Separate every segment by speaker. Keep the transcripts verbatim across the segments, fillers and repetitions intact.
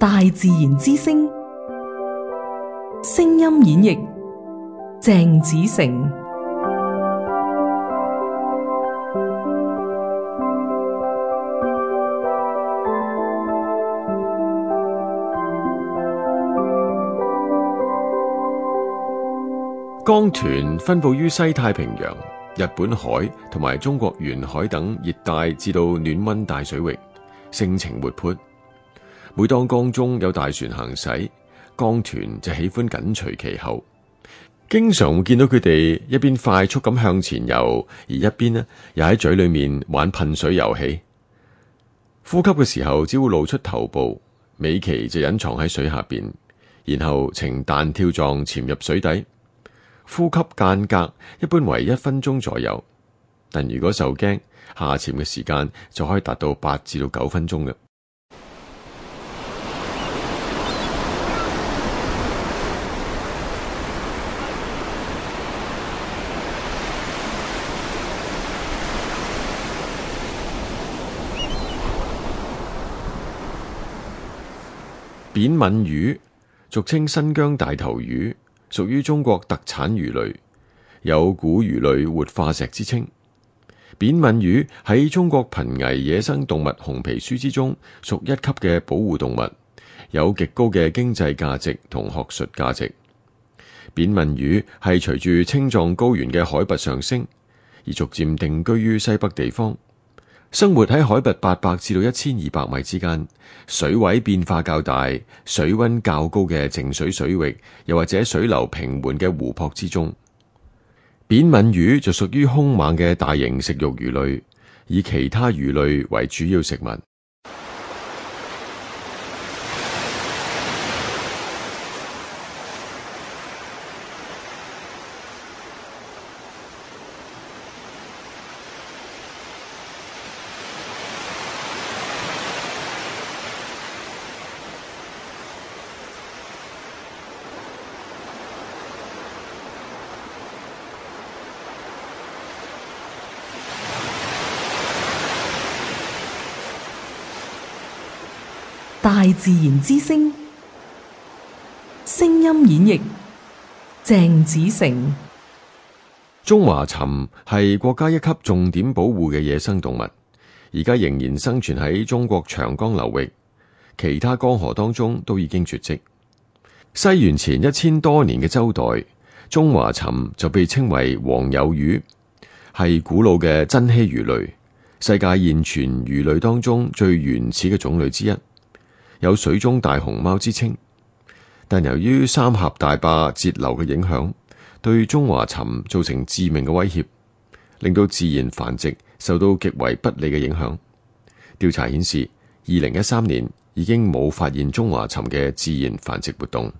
Speaker 1: 大自然之聲，聲音演繹鄭子誠。
Speaker 2: 江豚分布於西太平洋、日本海同埋中國沿海等熱帶至到暖溫帶水域，性情活潑。每當江中有大船行駛，江豚就喜歡緊隨其後，經常會見到佢哋一邊快速咁向前游，而一邊呢又喺嘴裏面玩噴水遊戲。呼吸嘅時候只會露出頭部，尾鰭就隱藏喺水下邊，然後呈彈跳狀潛入水底。呼吸間隔一般為一分鐘左右，但如果受驚，下潛嘅時間就可以達到八至到九分鐘嘅。扁吻魚俗稱新疆大頭魚，屬於中國特產魚類，有古魚類活化石之稱。扁吻魚喺中國瀕危野生動物紅皮書之中屬一級嘅保護動物，有極高嘅經濟價值同學術價值。扁吻魚係隨住青藏高原嘅海拔上升而逐漸定居於西北地方，生活喺海拔八百至到一千二百米之間，水位變化較大、水溫較高嘅靜水水域，又或者水流平緩嘅湖泊之中。扁吻魚就屬於兇猛嘅大型食肉魚類，以其他魚類為主要食物。
Speaker 1: 大自然之聲，聲音演繹鄭子誠。
Speaker 2: 中華鱘係國家一級重點保護嘅野生動物，而家仍然生存喺中國長江流域，其他江河當中都已經絕跡。西元前一千多年嘅周代，中華鱘就被稱為黃有魚，係古老嘅珍稀魚類，世界現存魚類當中最原始嘅種類之一。有水中大熊貓之稱，但由於三峽大壩截流嘅影響，對中華鱘造成致命嘅威脅，令到自然繁殖受到極為不利嘅影響。調查顯示，二零一三年已經冇發現中華鱘嘅自然繁殖活動。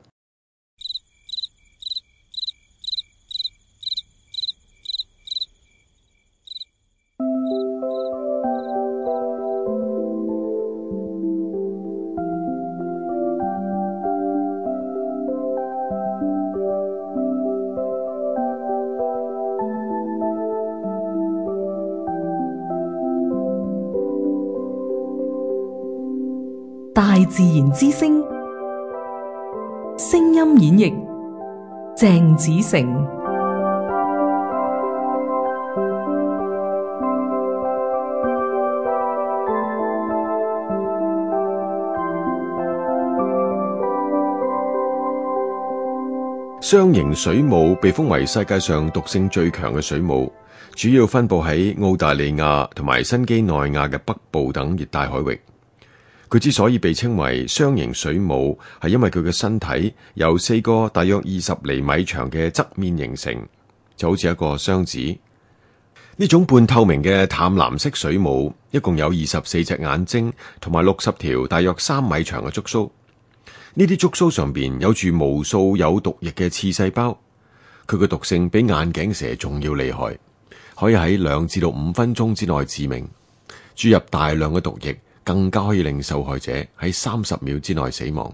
Speaker 1: 大自然之聲，聲音演繹鄭子誠。
Speaker 2: 雙型水母被封為世界上毒性最強嘅水母，主要分布喺澳大利亞同埋新幾內亞嘅北部等熱帶海域。佢之所以被稱為雙型水母，係因為佢嘅身體由四個大約二十厘米長嘅側面形成，就好似一個雙子。呢種半透明嘅淡藍色水母，一共有二十四隻眼睛，同埋六十條大約三米長嘅觸鬚。呢啲觸鬚上邊有住無數有毒液嘅刺細胞，佢嘅毒性比眼鏡蛇仲要厲害，可以喺兩至到五分鐘之內致命。注入大量嘅毒液，更加可以令受害者喺三十秒之內死亡。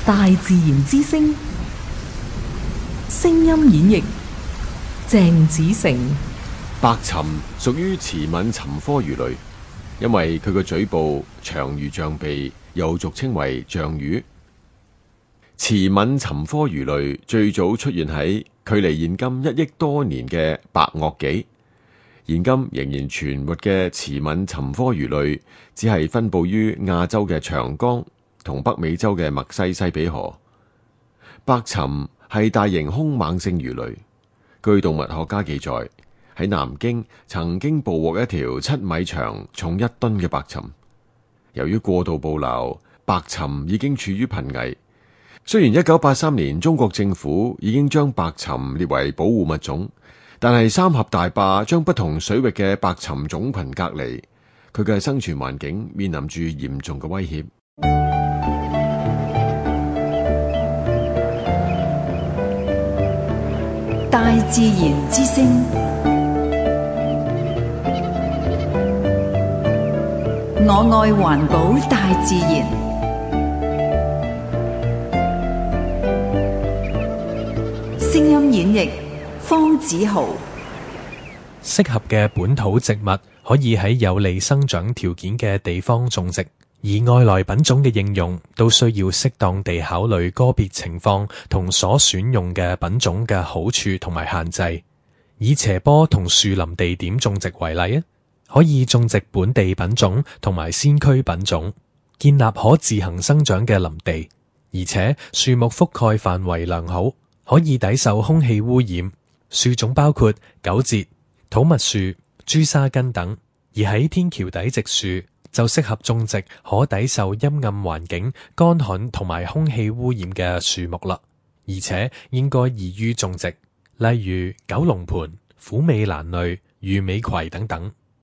Speaker 1: 大自然之聲，聲音演繹鄭子誠。
Speaker 2: 白鱘屬於馳吻鱘科魚類，因為佢個嘴部長如象鼻，又俗稱為象魚。馳吻鱘科魚類最早出現喺距離現今一億多年嘅白堊紀，現今仍然存活嘅馳吻鱘科魚類，只係分布於亞洲嘅長江同北美洲嘅墨西西比河。白鱘係大型兇猛性魚類，據動物學家記載，喺南京曾經捕獲一條七米長、重一噸嘅白鱘。由於過度捕撈，白鱘已經處於瀕危。雖然一九八三年中國政府已經將白鱘列為保護物種，但係三峽大壩將不同水域嘅白鱘種群隔離，佢嘅生存環境面臨住嚴重嘅威脅。
Speaker 3: 大自然之聲，我愛環保大自然。聲音演繹方子豪。
Speaker 4: 適合嘅本土植物可以喺有利生長條件嘅地方種植，而外來品種嘅應用都需要適當地考慮個別情況同所選用嘅品種嘅好處同埋限制。以斜坡同樹林地點種植為例啊，可以種植本地品種同埋先驅品種，建立可自行生長嘅林地，而且樹木覆蓋範圍良好，可以抵受空氣污染。樹種包括九節、土蜜樹、朱砂根等，而喺天橋底植樹就適合種植可抵受陰暗環境、乾旱同埋空氣污染嘅樹木啦，而且應該易於種植，例如九龍盤、虎尾蘭類、魚尾葵等等。